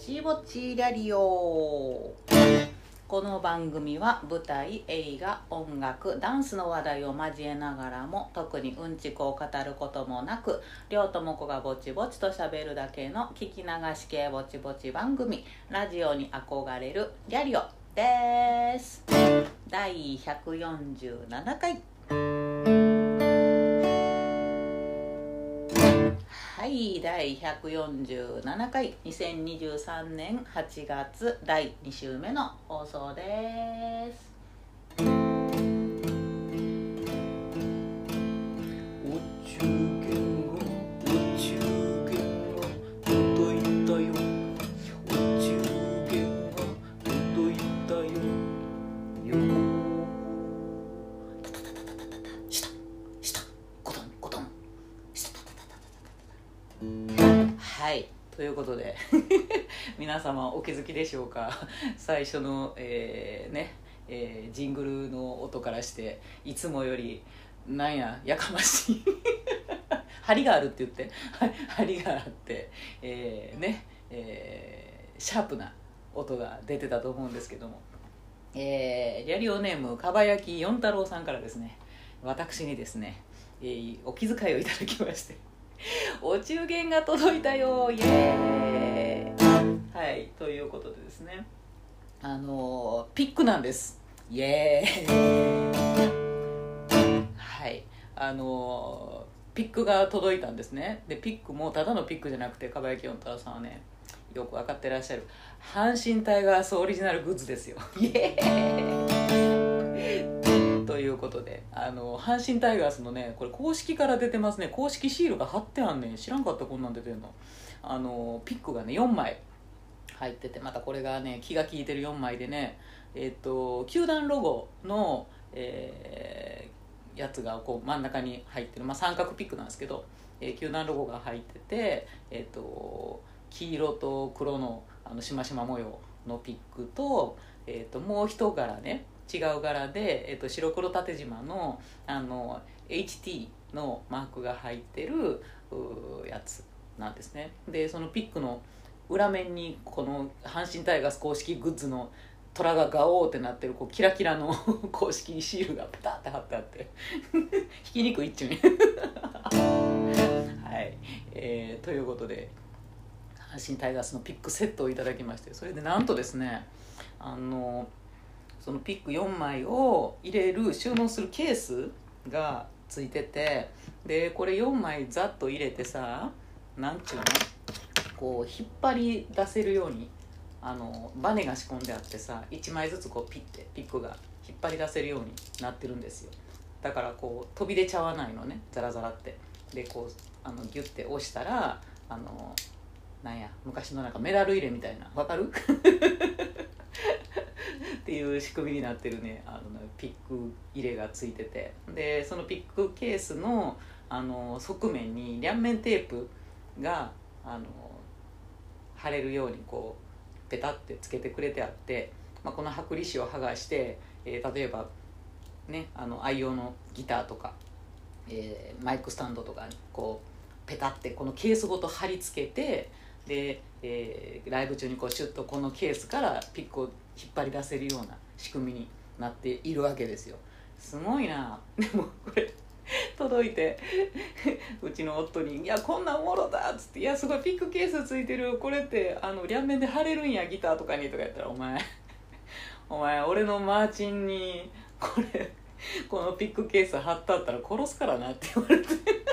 ちぼちラリオ。この番組は舞台、映画、音楽、ダンスの話題を交えながらも特にうんちくを語ることもなく、両友子がぼちぼちと喋るだけの聞き流し系ぼちぼち番組、ラジオに憧れるリャリオです。第147回。はい、第147回2023年8月第2週目の放送です。 お中元が届いたよ。お中元が届いたよ。 したゴトンゴトンしたたたたたた。はい、ということで皆様お気づきでしょうか。最初の、ジングルの音からしていつもよりなんややかましい張りがあるって言って張りがあって、シャープな音が出てたと思うんですけども、リャリオネームかばやき四太郎さんからですね、私にですね、お気遣いをいただきましてお中元が届いたよ、イエーイ。はい、ということでですね、ピックなんです、イエーイ。はい、ピックが届いたんですね。でピックもただのピックじゃなくて、かばやき四太郎さんはね、よく分かってらっしゃる阪神タイガースオリジナルグッズですよ、イエーイ。ということで、阪神タイガースのね、これ公式から出てますね。公式シールが貼ってあんねん。知らんかった、こんなん出てんの。ピックがね4枚入ってて、またこれがね気が利いてる4枚でね、球団ロゴの、やつがこう真ん中に入ってる、三角ピックなんですけど、球団ロゴが入ってて、黄色と黒のしましま模様のピックと、もう一柄ね、違う柄で、白黒縦縞のHT のマークが入ってるやつなんですね。でそのピックの裏面にこの阪神タイガース公式グッズの虎がガオーってなってるこうキラキラの公式シールがペタって貼ってあって引きにくいっちゅうねはい、ということで阪神タイガースのピックセットをいただきまして、それでなんとですね、そのピック4枚を入れる収納するケースがついてて、でこれ4枚ざっと入れてさ、なんちゅうの、こう引っ張り出せるようにバネが仕込んであってさ、1枚ずつこうピックが引っ張り出せるようになってるんですよ。だからこう飛び出ちゃわないのね、ザラザラって。でこうギュッて押したらなんや昔のなんかメダル入れみたいな、わかるっていう仕組みになってるね、ピック入れがついてて、でそのピックケースの側面に両面テープが貼れるようにこうペタってつけてくれてあって、この剥離紙を剥がして、例えばね愛用のギターとか、マイクスタンドとかにこうペタってこのケースごと貼り付けて、で、ライブ中にこうシュッとこのケースからピックを引っ張り出せるような仕組みになっているわけですよ。すごいな。でもこれ届いてうちの夫に「いやこんなんおもろだ」っつって「いやすごいピックケースついてる、これって両面で貼れるんやギターとかに」とか言ったら「お前俺のマーチンにこのピックケース貼ったったら殺すからな」って言われて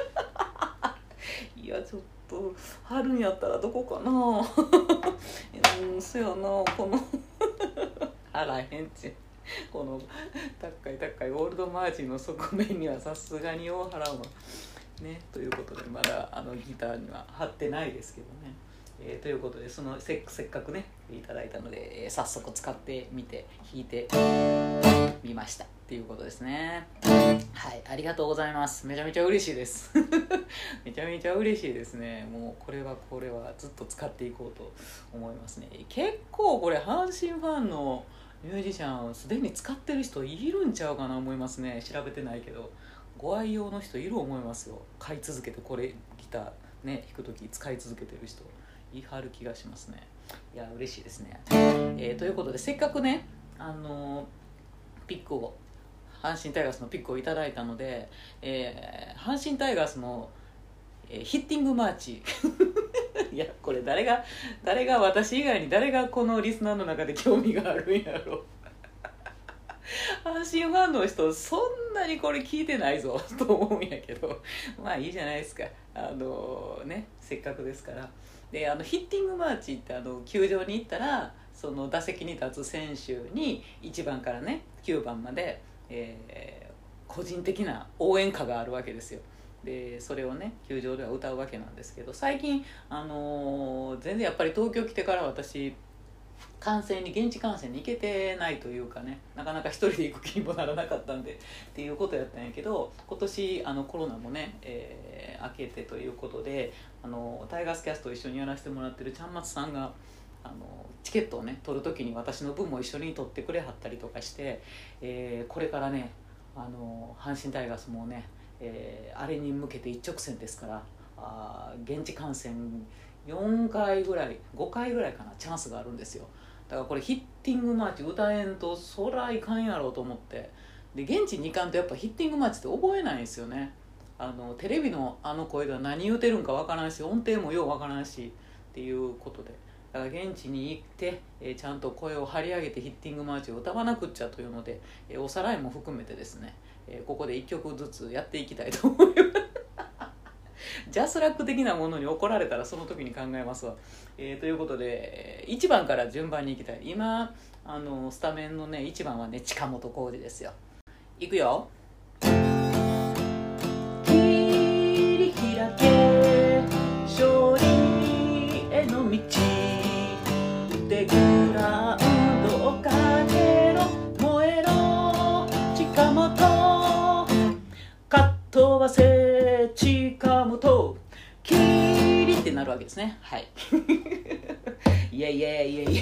いやちょっと貼るんやったらどこかなそやな、この貼らへんってこの高いゴールドマーチンの側面にはさすがによう払うわね。ということでまだギターには貼ってないですけどね、ということでせっかくねいただいたので、早速使ってみて弾いてみましたっていうことですね。はい、ありがとうございます。めちゃめちゃ嬉しいですめちゃめちゃ嬉しいですね。もうこれはずっと使っていこうと思いますね。結構これ阪神ファンのミュージシャンすでに使ってる人いるんちゃうかな思いますね。調べてないけどご愛用の人いる思いますよ。買い続けてこれギターね弾く時使い続けてる人いはる気がしますね。 いや嬉しいですね。ということでせっかくねピックを阪神タイガースのピックをいただいたので、阪神タイガースの、ヒッティングマーチいやこれ誰が私以外に誰がこのリスナーの中で興味があるんやろ阪神ファンの人そんなにこれ聞いてないぞと思うんやけど、まあいいじゃないですか。せっかくですから。でヒッティングマーチって球場に行ったらその打席に立つ選手に1番からね9番まで、個人的な応援歌があるわけですよ。でそれをね球場では歌うわけなんですけど、最近、全然やっぱり東京来てから私現地観戦に行けてないというかね、なかなか一人で行く気にもならなかったんでっていうことやったんやけど、今年コロナもね、明けてということでタイガースキャストを一緒にやらせてもらってるちゃんまつさんがチケットをね取る時に私の分も一緒に取ってくれはったりとかして、これからね阪神タイガースもね、あれに向けて一直線ですから、現地観戦4回ぐらい5回ぐらいかなチャンスがあるんですよ。だからこれヒッティングマーチ歌えんとそらいかんやろうと思って、で現地に行かんとやっぱヒッティングマーチって覚えないんですよね。テレビの声では何言うてるんかわからんし音程もようわからんしっていうことで、だから現地に行って、ちゃんと声を張り上げてヒッティングマーチを歌わなくっちゃというので、おさらいも含めてですね、ここで1曲ずつやっていきたいと思いますジャスラック的なものに怒られたらその時に考えますわ。ということで1番から順番に行きたい。今スタメンのね1番はね近本浩二ですよ。いくよ。切り開け勝利への道、腕グラウンドをかけろ燃えろ近本、かっ飛ばせ近本、キリってなるわけですね。はいイエイイエイイエイイ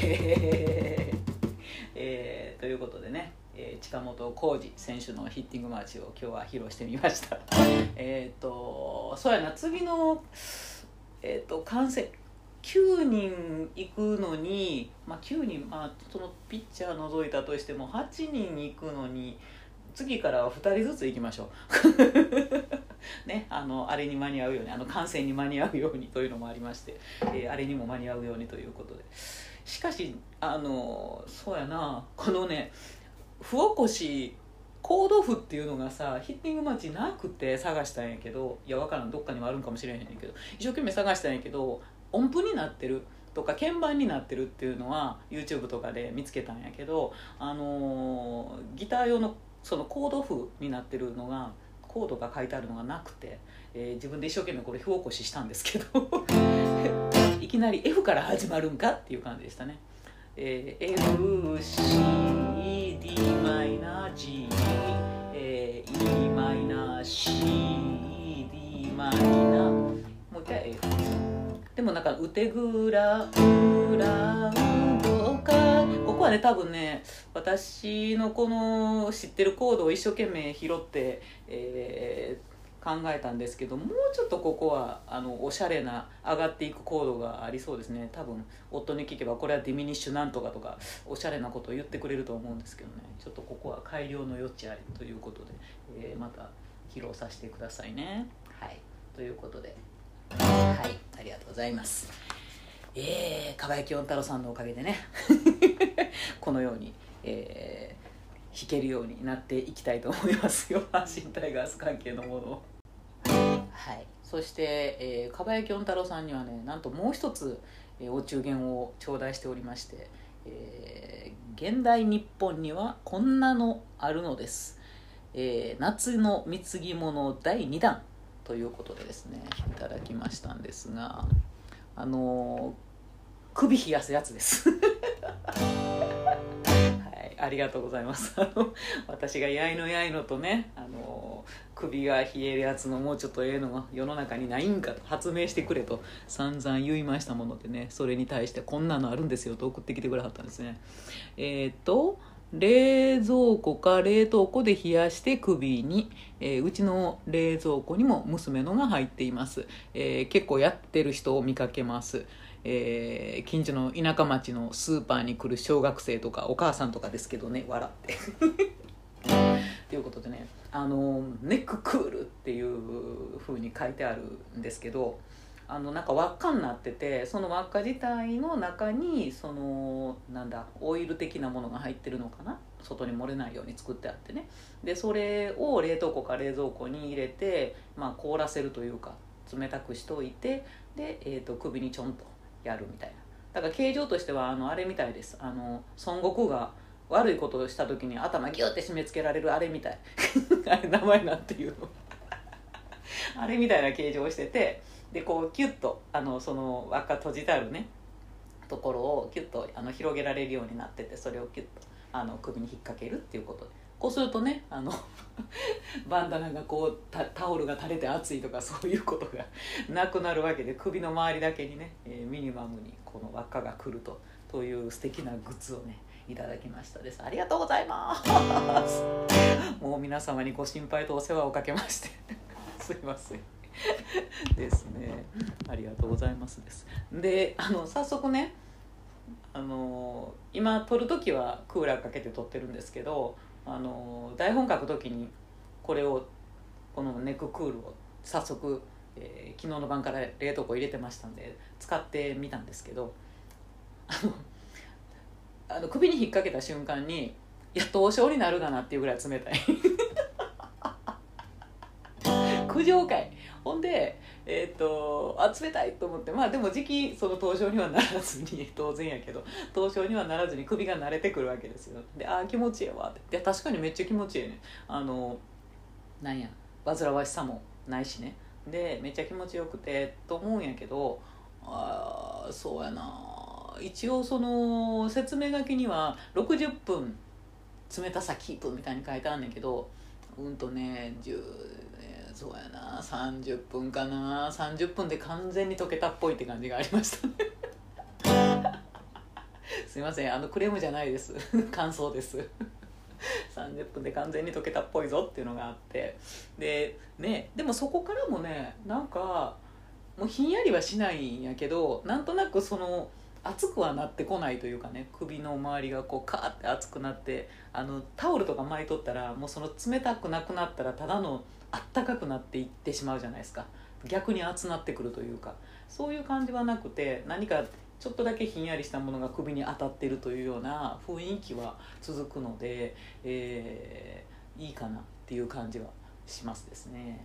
エイ、ということでね、近本浩二選手のヒッティングマーチを今日は披露してみましたそうやな、次の観戦9人行くのに、9人、そのピッチャー除いたとしても8人行くのに次からは2人ずつ行きましょうね、あれに間に合うように観戦に間に合うようにというのもありまして、あれにも間に合うようにということで、しかしそうやな、このね符起こしコード譜っていうのがさヒッティングマッチなくて探したんやけど、いやわからん、どっかにもあるんかもしれへんねんけど一生懸命探したんやけど、音符になってるとか鍵盤になってるっていうのは YouTube とかで見つけたんやけど、ギター用のそのコード譜になってるのがコードが書いてあるのがなくて、自分で一生懸命これ譜起こししたんですけどいきなり F から始まるんかっていう感じでしたね。F C D マイナー G E マイナー C D マイナー、もう一回 F でもなんかウテグラウラウンドか、ここはね多分ね私のこの知ってるコードを一生懸命拾って、考えたんですけど、もうちょっとここはおしゃれな上がっていくコードがありそうですね。多分夫に聞けばこれはディミニッシュなんとかとかおしゃれなことを言ってくれると思うんですけどね、ちょっとここは改良の余地ありということで、また披露させてくださいね。はいということで、はいありがとうございます。かばやきおんたろさんのおかげでねこのように、弾けるようになっていきたいと思いますよ阪神タイガース関係のものを。はい、そして、かばやきおんたろさんにはねなんともう一つ、お中元を頂戴しておりまして、現代日本にはこんなのあるのです、夏の貢ぎ物第2弾ということでですねいただきましたんですが、首冷やすやつですありがとうございます私がやいのやいのとね首が冷えるやつのもうちょっとのが世の中にないんかと発明してくれと散々言いましたものでね、それに対してこんなのあるんですよと送ってきてくれはったんですね。冷蔵庫か冷凍庫で冷やして首に、うちの冷蔵庫にも娘のが入っています、結構やってる人を見かけます。 近所の田舎町のスーパーに来る小学生とかお母さんとかですけどね、笑ってということでね、ネッククールっていう風に書いてあるんですけど、なんか輪っかになってて、その輪っか自体の中にそのなんだオイル的なものが入ってるのかな、外に漏れないように作ってあってね、でそれを冷凍庫か冷蔵庫に入れて、凍らせるというか冷たくしておいて、で、首にちょんとやるみたいな。だから形状としてはあれみたいです。孫悟空が悪いことをした時に頭ギュッて締め付けられるあれみたいあれ名前なんていうのあれみたいな形状をしてて、でこうキュッとその輪っか閉じてあるねところをキュッと広げられるようになってて、それをキュッと首に引っ掛けるっていうことで、こうするとねバンダナがこうタオルが垂れて熱いとかそういうことがなくなるわけで、首の周りだけにね、ミニマムにこの輪っかが来るという素敵なグッズをねいただきましたです。ありがとうございますもう皆様にご心配とお世話をかけましてすいませんですね、ありがとうございますです。で早速ね今撮る時はクーラーかけて撮ってるんですけど、台本書く時にこのネッククールを早速、昨日の晩から冷凍庫入れてましたんで使ってみたんですけど、首に引っ掛けた瞬間にいや凍傷になるかなっていうぐらい冷たい苦情かい。ほんで冷たいと思って、でも時期その凍傷にはならずに当然やけど凍傷にはならずに首が慣れてくるわけですよ。で気持ちいいわって、で確かにめっちゃ気持ちいいね。なんや煩わしさもないしね、でめっちゃ気持ちよくてと思うんやけど、そうやな、一応その説明書きには60分冷たさキープみたいに書いてあんねんけど、そうやな30分かな、30分で完全に溶けたっぽいって感じがありましたねすいません、クレームじゃないです感想です30分で完全に溶けたっぽいぞっていうのがあって、でもそこからもねなんかもうひんやりはしないんやけど、なんとなくその熱くはなってこないというかね、首の周りがこうカーって熱くなって、タオルとか巻いとったらもうその冷たくなくなったらただのあったかくなっていってしまうじゃないですか。逆に熱なってくるというか、そういう感じはなくて、何かちょっとだけひんやりしたものが首に当たってるというような雰囲気は続くので、いいかなっていう感じはしますですね。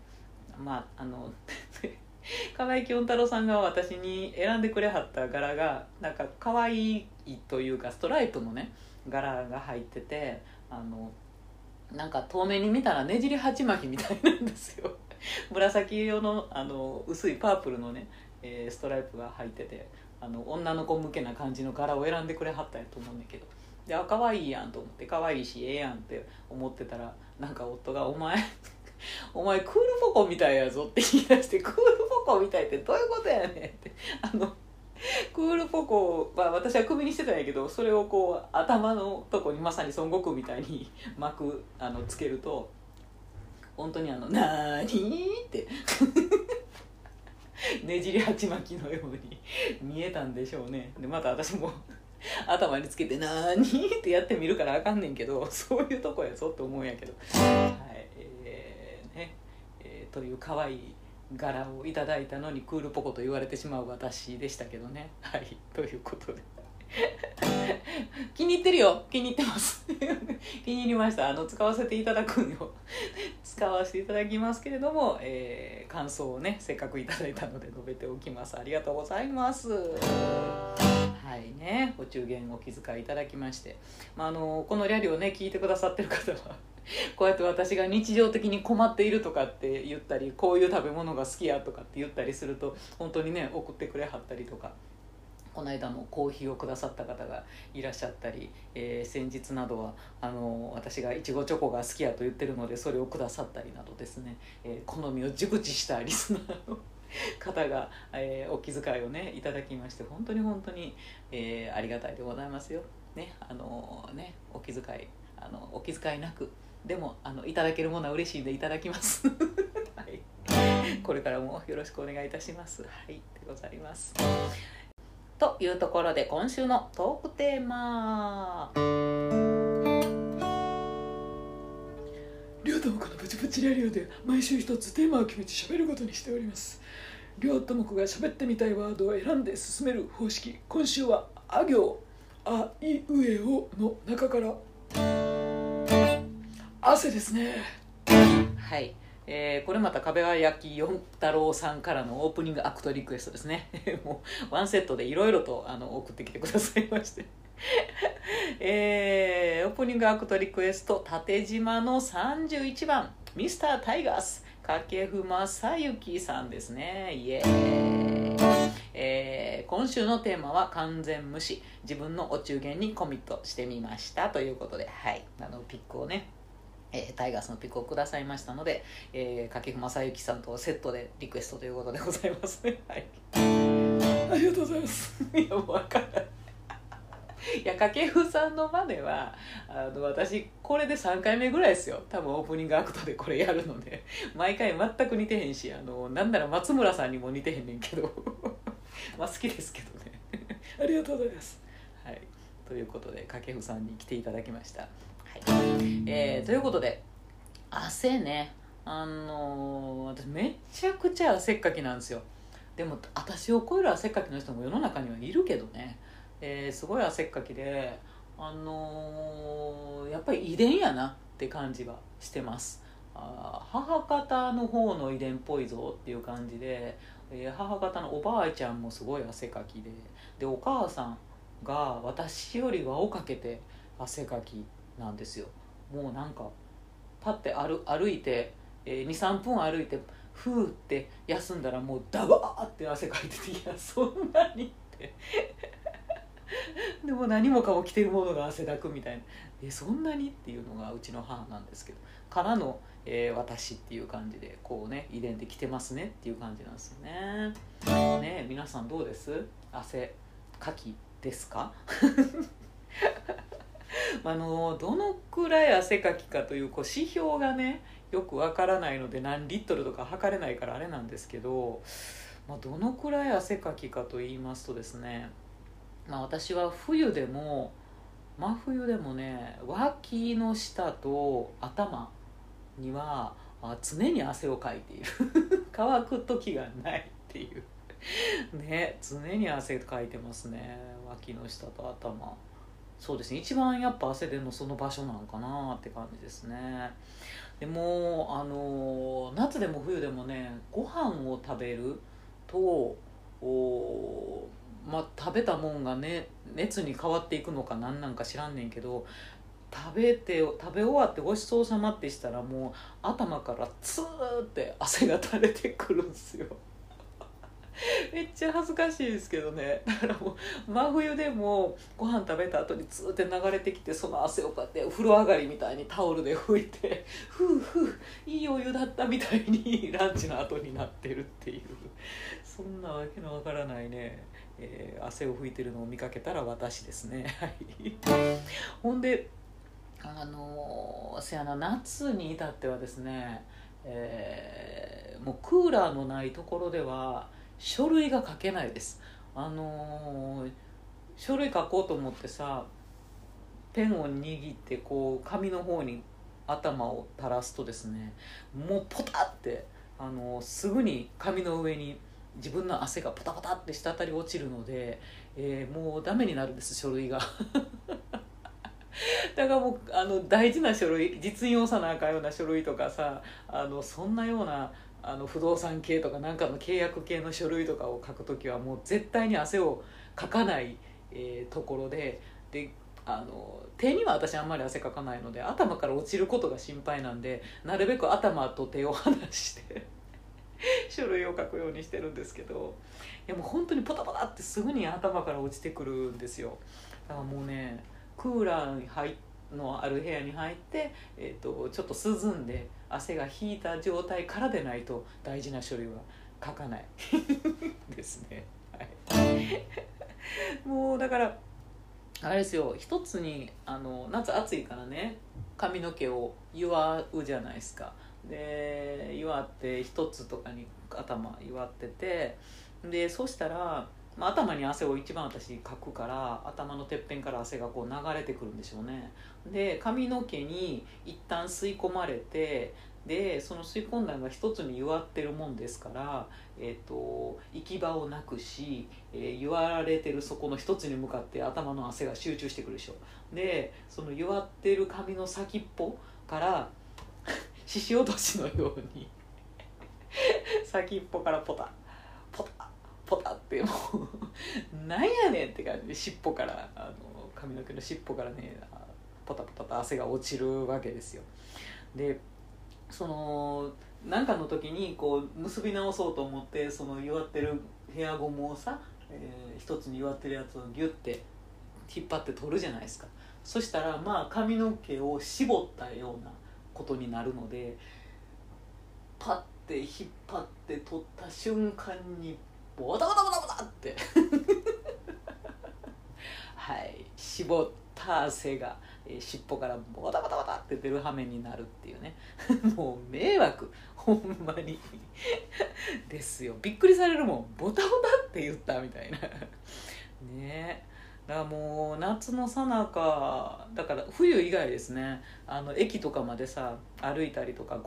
河合清太郎さんが私に選んでくれはった柄がなんか可愛いというか、ストライプのね柄が入ってて、なんか遠目に見たらねじり鉢巻きみたいなんですよ紫色の薄いパープルのね、ストライプが入ってて、女の子向けな感じの柄を選んでくれはったんやと思うんだけど、で可愛いやんと思って、可愛いしええやんって思ってたら、なんか夫がお前クールポコみたいやぞって言い出して、クールポコみたいってどういうことやねんってクールポコは私は首にしてたんやけど、それをこう頭のとこにまさに孫悟空みたいに巻くつけると本当になーにーってねじり鉢巻きのように見えたんでしょうね。でまた私も頭につけてなーにーってやってみるからあかんねんけど、そういうとこやぞって思うんやけど、という可愛い柄をいただいたのにクールポコと言われてしまう私でしたけどね。はいということで気に入ってるよ、気に入ってます気に入りました。使わせていただくの使わせていただきますけれども、感想をねせっかくいただいたので述べておきます。ありがとうございます。はいね、お中元お気遣いいただきまして、このリャリをね聞いてくださってる方はこうやって私が日常的に困っているとかって言ったり、こういう食べ物が好きやとかって言ったりすると本当にね送ってくれはったりとか、この間もコーヒーをくださった方がいらっしゃったり、先日などは私がいちごチョコが好きやと言ってるのでそれをくださったりなどですね、好みを熟知したリスナーの方が、お気遣いをねいただきまして、本当に本当に、ありがたいでございますよね。お気遣いなくでもいただけるものは嬉しいんでいただきますはい、これからもよろしくお願いいたします。はいでございます。 というところで今週のトークテーマ、 りょうともこのプチプチラリオで毎週一つテーマを決めて喋ることにしております。りょうともこが喋ってみたいワードを選んで進める方式。今週はあ行あいうえおの中から汗ですね。 はい、これまた壁は焼き四太郎さんからのオープニングアクトリクエストですねもうワンセットでいろいろと送ってきてくださいましてオープニングアクトリクエスト、縦島の31番ミスタータイガース掛布正幸さんですね。イエーイ、今週のテーマは完全無視、自分のお中元にコミットしてみましたということで、はい、ピックをね、タイガースのピックをくださいましたので、掛布正幸さんとセットでリクエストということでございますね。はい、 ありがとうございますいやもう分からないいや掛布さんの真似は私これで3回目ぐらいですよ、多分オープニングアクトでこれやるので毎回全く似てへんし、なんなら松村さんにも似てへんねんけどまあ好きですけどねありがとうございます。 はい、ということで掛布さんに来ていただきました。はい、ということで汗ね、私めちゃくちゃ汗っかきなんですよ。でも私を超える汗っかきの人も世の中にはいるけどね、すごい汗っかきで、やっぱり遺伝やなって感じがしてます。母方の方の遺伝っぽいぞっていう感じで、母方のおばあちゃんもすごい汗かきで、お母さんが私より輪をかけて汗かきなんですよ。もうなんかパッて歩いて、23分歩いてふーって休んだらもうダバーって汗かいてて、いやそんなにってでも何もかも着てるものが汗だくみたいな、そんなにっていうのがうちの母なんですけど、からの、私っていう感じでこうね、遺伝で着てますねっていう感じなんですよね。ね、皆さんどうです？汗かきですかどのくらい汗かきかという指標がねよくわからないので、何リットルとか測れないからあれなんですけど、どのくらい汗かきかと言いますとですね、私は冬でも真冬でもね、脇の下と頭には常に汗をかいている乾く時がないっていうね、常に汗かいてますね、脇の下と頭。そうですね、一番やっぱ汗出るのその場所なのかなって感じですね。でも夏でも冬でもね、ご飯を食べると食べたもんがね熱に変わっていくのかなんなんか知らんねんけど、食べ終わってごちそうさまってしたらもう頭からツーって汗が垂れてくるんですよめっちゃ恥ずかしいですけどね。だからもう真冬でもご飯食べた後にツーって流れてきて、その汗をこうやって風呂上がりみたいにタオルで拭いてふうふういいお湯だったみたいにランチの後になってるっていう、そんなわけのわからないね、汗を拭いてるのを見かけたら私ですねほんで夏に至ってはですね、もうクーラーのないところでは書類が書けないです。書類書こうと思ってさ、ペンを握ってこう紙の方に頭を垂らすとですね、もうポタってすぐに紙の上に自分の汗がポタポタって滴り落ちるので、もうダメになるんです、書類がだからもう大事な書類、実印をさなあかんような書類とかさ、そんなような不動産系とかなんかの契約系の書類とかを書くときはもう絶対に汗をかかない、ところで手には私あんまり汗かかないので、頭から落ちることが心配なんで、なるべく頭と手を離して書類を書くようにしてるんですけど、いやもう本当にポタポタってすぐに頭から落ちてくるんですよ。だからもうね、クーラーのある部屋に入って、ちょっと涼んで汗が引いた状態からでないと大事な書類は書かないですね、はい、もうだからあれですよ、一つに夏暑いからね、髪の毛を祝うじゃないですか。で祝って一つとかに頭祝ってて、でそしたらまあ、頭に汗を一番私かくから、頭のてっぺんから汗がこう流れてくるんでしょうね。で髪の毛に一旦吸い込まれて、でその吸い込んだのが一つに弱ってるもんですから、行き場をなくし、言われてるそこの一つに向かって頭の汗が集中してくるでしょ。でその弱ってる髪の先っぽから獅子落としのように先っぽからポタポタポタってもうなんやねんって感じで、尻尾から髪の毛の尻尾からねポタポタと汗が落ちるわけですよ。でそのなんかの時にこう結び直そうと思って、その弱ってるヘアゴムをさ、一つに弱ってるやつをギュッて引っ張って取るじゃないですか。そしたらまあ髪の毛を絞ったようなことになるので、パッて引っ張って取った瞬間にボタボタボタボタってはい絞った汗が尻尾からボタボタボタって出る羽目になるっていうねもう迷惑ほんまにですよ。びっくりされるもん、ボタボタって言ったみたいなね。だからもう夏のさなかだから、冬以外ですね、駅とかまでさ歩いたりとか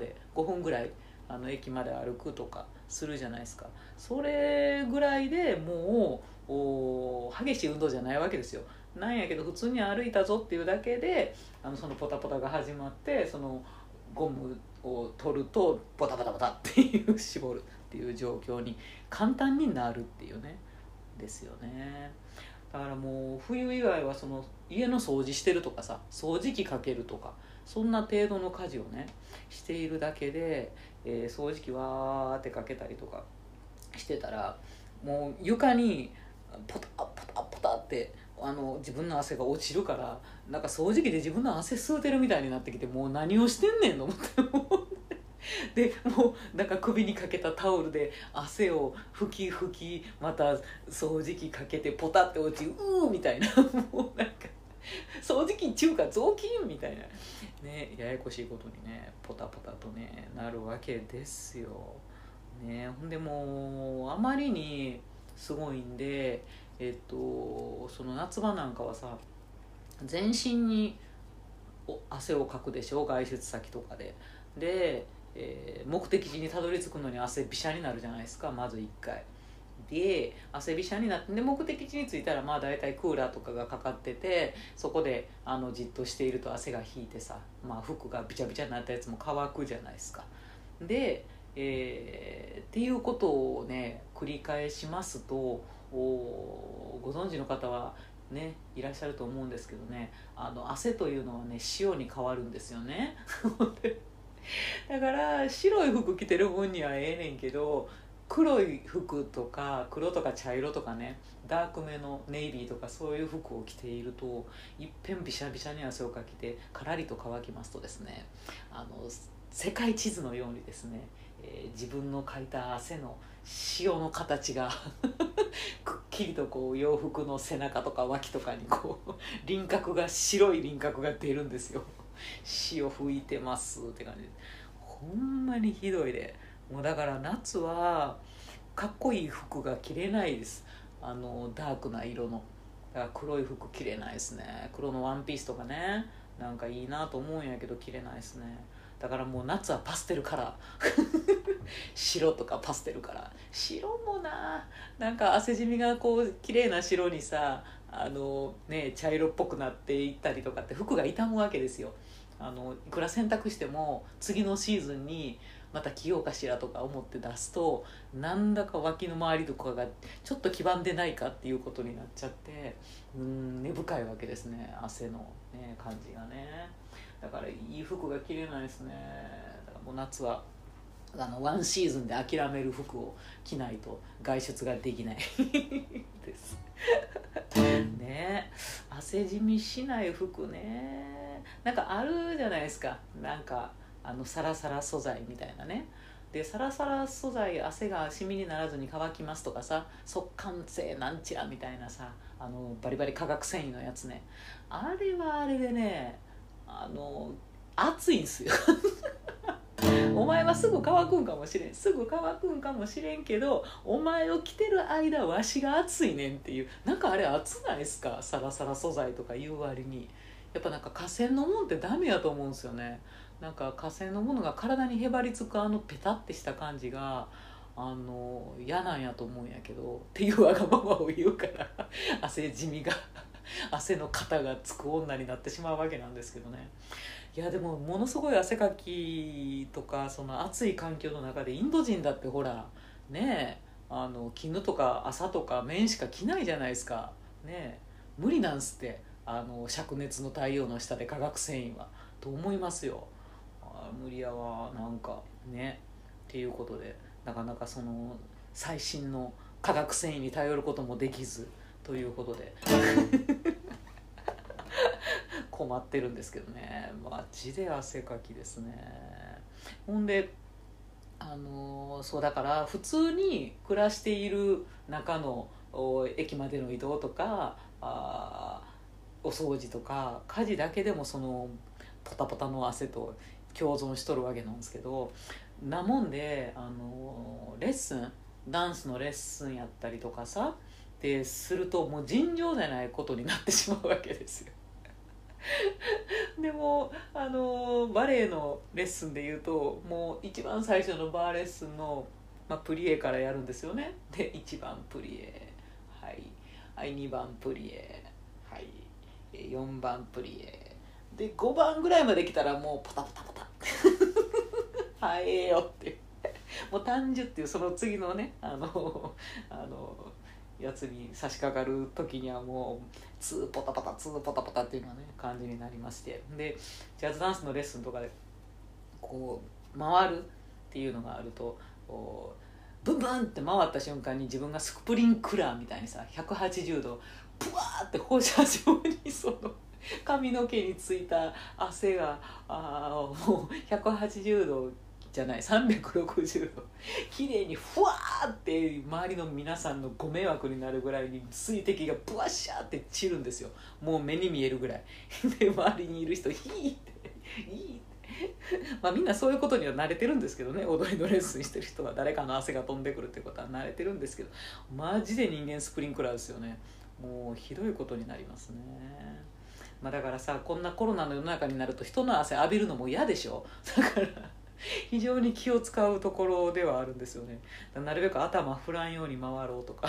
5分ぐらい駅まで歩くとかするじゃないですか。それぐらいでもう激しい運動じゃないわけですよ。なんやけど普通に歩いたぞっていうだけでそのポタポタが始まって、そのゴムを取るとボタボタボタっていう絞るっていう状況に簡単になるっていうねですよね。だからもう冬以外はその家の掃除してるとかさ、掃除機かけるとかそんな程度の家事をねしているだけで、掃除機わーってかけたりとかしてたら、もう床にポタポタポタって自分の汗が落ちるから、なんか掃除機で自分の汗吸うてるみたいになってきて、もう何をしてんねんと思ってでもうなんか首にかけたタオルで汗を拭きまた掃除機かけてポタって落ちみたいなもうなんか掃除機中華雑巾みたいなね、ややこしいことにねポタポタとねなるわけですよね。ほんでもうあまりにすごいんで、その夏場なんかはさ、全身に汗をかくでしょ、外出先とかで、目的地にたどり着くのに汗びしゃになるじゃないですか、まず1回で汗びしゃになって、で目的地に着いたらまあ大体クーラーとかがかかってて、そこでじっとしていると汗が引いてさ、まあ、服がびちゃびちゃになったやつも乾くじゃないですか。で、っていうことをね繰り返しますと、ご存知の方はねいらっしゃると思うんですけどね、汗というのはね塩に変わるんですよねだから白い服着てる分にはええねんけど、黒い服とか黒とか茶色とかね、ダークめのネイビーとかそういう服を着ていると、いっぺんびしゃびしゃに汗をかけてからりと乾きますとですね、世界地図のようにですね、自分のかいた汗の塩の形がくっきりとこう洋服の背中とか脇とかにこう白い輪郭が出るんですよ。塩吹いてますって感じで、ほんまにひどいで、もうだから夏はかっこいい服が着れないです。ダークな色の、だから黒い服着れないですね。黒のワンピースとかね、なんかいいなと思うんやけど着れないですね。だからもう夏はパステルカラー白とかパステルカラー、白もなんか汗じみがこう綺麗な白にさ茶色っぽくなっていったりとかって服が傷むわけですよ。いくら洗濯しても次のシーズンにまた着ようかしらとか思って出すと、なんだか脇の周りとかがちょっと黄ばんでないかっていうことになっちゃって、根深いわけですね、汗の、ね、感じがね。だからいい服が着れないですね。だからもう夏はワンシーズンで諦める服を着ないと外出ができないですね。汗じみしない服ね、なんかあるじゃないですか、なんかサラサラ素材みたいなね。でサラサラ素材、汗がシミにならずに乾きますとかさ、速乾性なんちゃみたいなさ、バリバリ化学繊維のやつね、あれはあれでね暑いんすよお前はすぐ乾くんかもしれん、すぐ乾くんかもしれんけど、お前を着てる間わしが暑いねんっていう、なんかあれ暑ないですか、サラサラ素材とか言う割に。やっぱなんか河川のもんってダメやと思うんですよね。なんか河川のものが体にへばりつくペタってした感じが嫌なんやと思うんやけどっていうわがままを言うから汗じみが汗の型がつく女になってしまうわけなんですけどね。いやでもものすごい汗かきとかその暑い環境の中でインド人だってほらね絹とか麻とか綿しか着ないじゃないですかね。無理なんすって灼熱の太陽の下で化学繊維はと思いますよ。無理やわなんかね。っていうことでなかなかその最新の化学繊維に頼ることもできずということで困ってるんですけどね。マジで汗かきですね。ほんでそうだから普通に暮らしている中の駅までの移動とかお掃除とか家事だけでもそのポタポタの汗と共存しとるわけなんですけど、なもんでレッスンダンスのレッスンやったりとかさでするともう尋常じゃないことになってしまうわけですよでもバレエのレッスンでいうともう一番最初のバーレッスンの、プリエからやるんですよね。で1番プリエ、はい、はい、2番プリエ、はい、4番プリエで5番ぐらいまで来たらもうポタポタポタはいよってもう単純っていうその次のねやつに差し掛かる時にはもうツーポタポタツーポタポタっていうのはね感じになりまして、でジャズダンスのレッスンとかでこう回るっていうのがあるとブンブンって回った瞬間に自分がスプリンクラーみたいにさ180度ブワーって放射状にその髪の毛についた汗がもう180度じゃない360度綺麗にふわーって周りの皆さんのご迷惑になるぐらいに水滴がブワッシャーって散るんですよ。もう目に見えるぐらいで周りにいる人ヒーっていいってみんなそういうことには慣れてるんですけどね。踊りのレッスンしてる人は誰かの汗が飛んでくるってことは慣れてるんですけど、マジで人間スプリンクラーですよね。もうひどいことになりますね。だからさこんなコロナの世の中になると人の汗浴びるのも嫌でしょ。だから非常に気を使うところではあるんですよね。なるべく頭振らんように回ろうとか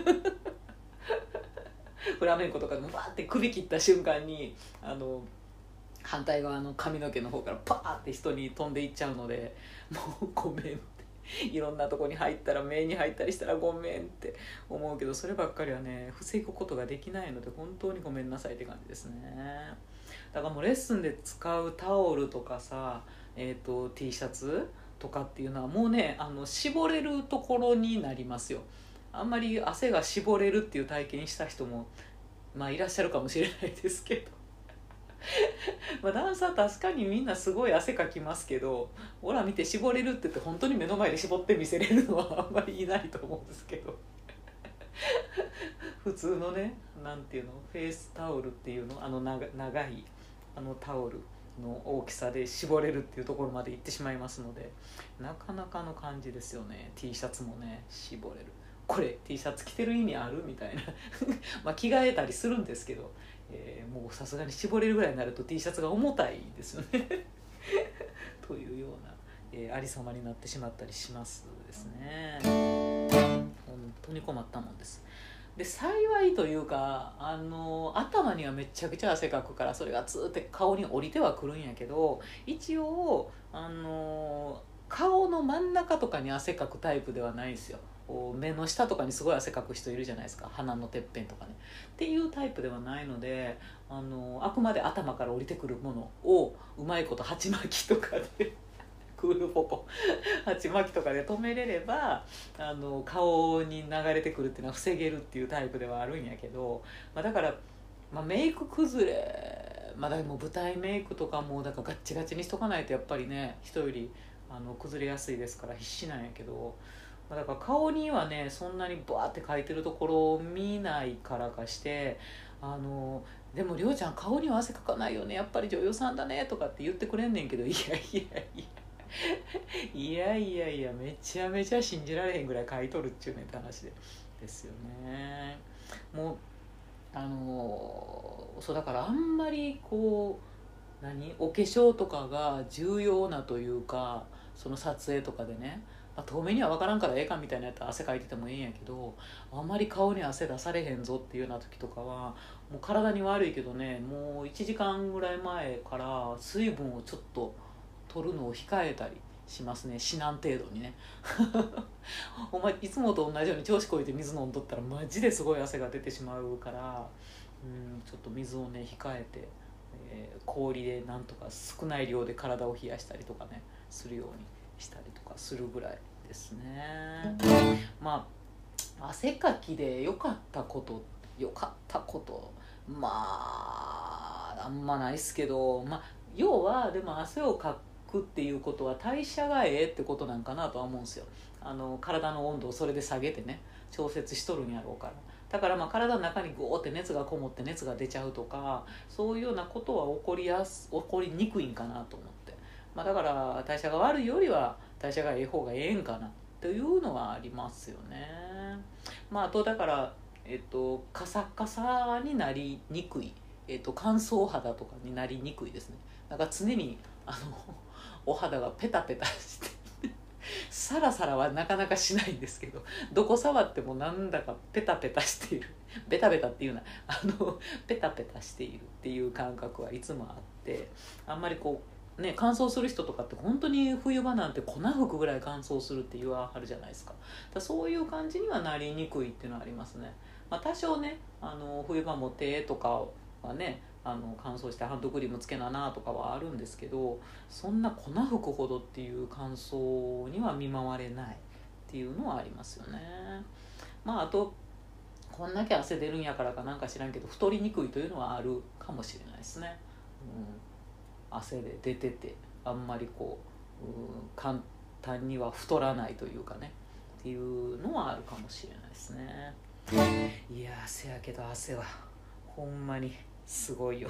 フラメンコとかでもバーって首切った瞬間に反対側の髪の毛の方からパーって人に飛んでいっちゃうので、もうごめんっていろんなとこに入ったら目に入ったりしたらごめんって思うけど、そればっかりはね防ぐことができないので本当にごめんなさいって感じですね。だからもうレッスンで使うタオルとかさT シャツとかっていうのはもうね絞れるところになりますよ。あんまり汗が絞れるっていう体験した人もいらっしゃるかもしれないですけどダンサー確かにみんなすごい汗かきますけど、ほら見て絞れるって言って本当に目の前で絞って見せれるのはあんまりいないと思うんですけど普通のねなんていうのフェイスタオルっていうの長いタオルの大きさで絞れるっていうところまで行ってしまいますので、なかなかの感じですよね。 T シャツもね絞れる。これ T シャツ着てる意味あるみたいな着替えたりするんですけど、もうさすがに絞れるぐらいになると T シャツが重たいですよねというような、ありさまになってしまったりしますですね。本当に困ったもんです。で幸いというか頭にはめちゃくちゃ汗かくからそれがツーって顔に降りてはくるんやけど、一応顔の真ん中とかに汗かくタイプではないんですよ。目の下とかにすごい汗かく人いるじゃないですか、鼻のてっぺんとかねっていうタイプではないのであくまで頭から降りてくるものをうまいこと鉢巻きとかでクールポコ鉢巻きとかで止めれれば顔に流れてくるっていうのは防げるっていうタイプではあるんやけど、だから、メイク崩れでも舞台メイクとかもだからガッチガチにしとかないとやっぱりね人より崩れやすいですから必死なんやけど、だから顔にはねそんなにバーって描いてるところを見ないからかしてでもりょうちゃん顔には汗かかないよねやっぱり女優さんだねとかって言ってくれんねんけど、いやいやいやいやいやいや、めちゃめちゃ信じられへんぐらい書いとるっちゅうねんって話ですよね。もうそうだからあんまりこうお化粧とかが重要なというか、その撮影とかでね、遠目には分からんからええかみたいなやったら汗かいててもええんやけど、あんまり顔に汗出されへんぞっていうような時とかはもう体に悪いけどね、もう1時間ぐらい前から水分をちょっと取るのを控えたりしますね、至難程度にね。お前いつもと同じように調子こいて水飲んどったらマジですごい汗が出てしまうから、ちょっと水をね控えて、氷でなんとか少ない量で体を冷やしたりとかねするようにしたりとかするぐらいですね。まあ汗かきで良かったことまああんまないっすけど、要はでも汗をかくっていうことは代謝がええってことなんかなとは思うんですよ。体の温度をそれで下げてね調節しとるんやろうから。だから体の中にグーって熱がこもって熱が出ちゃうとか、そういうようなことは起こりにくいんかなと思って、だから代謝が悪いよりは代謝がええ方がええんかなというのはありますよね。あとだからカサカサになりにくい、乾燥肌とかになりにくいですね。なんか常にお肌がペタペタしてサラサラはなかなかしないんですけど、どこ触ってもなんだかペタペタしているベタベタっていうのはペタペタしているっていう感覚はいつもあって、あんまりこうね乾燥する人とかって本当に冬場なんて粉吹くぐらい乾燥するって言わはるじゃないですか。そういう感じにはなりにくいっていうのはありますね。多少ね冬場も手とかはね乾燥してハンドクリームつけななとかはあるんですけど、そんな粉吹くほどっていう乾燥には見舞われないっていうのはありますよね。あとこんだけ汗出るんやからかなんか知らんけど太りにくいというのはあるかもしれないですね。汗で出ててあんまりこう、簡単には太らないというかねっていうのはあるかもしれないですね。いやせやけど汗はほんまにすごいよ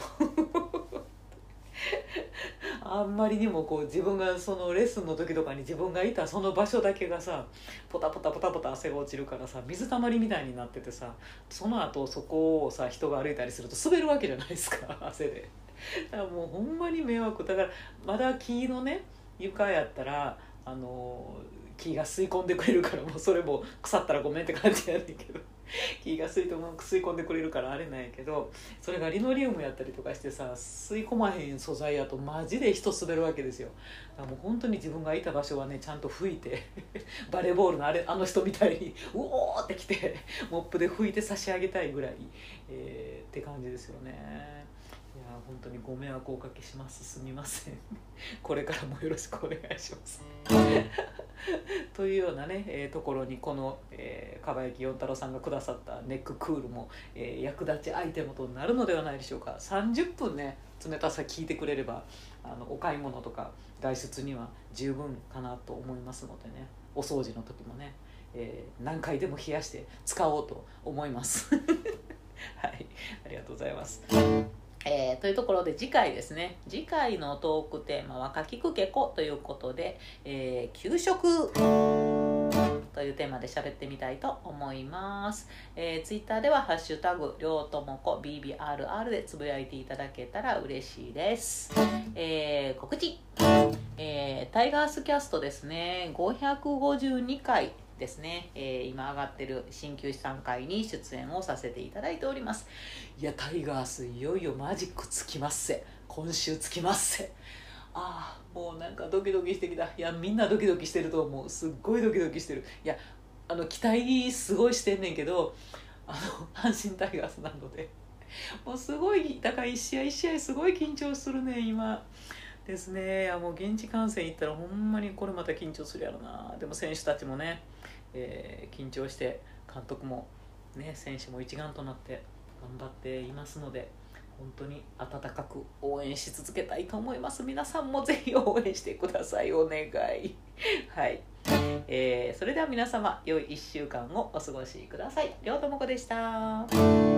あんまりにもこう自分がそのレッスンの時とかに自分がいたその場所だけがさポタポタポタポタ汗が落ちるからさ、水たまりみたいになっててさ、その後そこをさ人が歩いたりすると滑るわけじゃないですか汗で。だからもうほんまに迷惑だから、まだ木のね床やったら木が吸い込んでくれるから、もうそれも腐ったらごめんって感じやねんけど木が吸い込んでくれるからあれなんやけど、それがリノリウムやったりとかしてさ吸い込まへん素材やとマジで人滑るわけですよ。だからもう本当に自分がいた場所はねちゃんと拭いてバレーボールのあの人みたいにうおーってきてモップで拭いて差し上げたいぐらい、って感じですよね。いや本当にご迷惑をおかけします、すみませんこれからもよろしくお願いしますというようなね、ところにこの、かばやきよんたろうさんがくださったネッククールも、役立ちアイテムとなるのではないでしょうか。30分ね冷たさ聞いてくれればお買い物とか外出には十分かなと思いますのでね、お掃除の時もね、何回でも冷やして使おうと思いますはいありがとうございます。というところで次回ですね、次回のトークテーマはかきくけこということで、給食というテーマで喋ってみたいと思います。ツイッターではハッシュタグりょうともこ BBRR でつぶやいていただけたら嬉しいです。告知、タイガースキャストですね、552回ですね、今上がってる鍼灸師さん会に出演をさせていただいております。いやタイガースいよいよマジックつきますせ、今週つきますせ。もうなんかドキドキしてきた。いやみんなドキドキしてると思う、すっごいドキドキしてる。いや期待すごいしてんねんけど阪神タイガースなのでもうすごい、だから一試合一試合すごい緊張するね今ですね。いやもう現地観戦行ったらほんまにこれまた緊張するやろな。でも選手たちもね、緊張して監督もね選手も一丸となって頑張っていますので、本当に温かく応援し続けたいと思います。皆さんもぜひ応援してください、お願いはい、それでは皆様良い1週間をお過ごしください。りょうともこでした。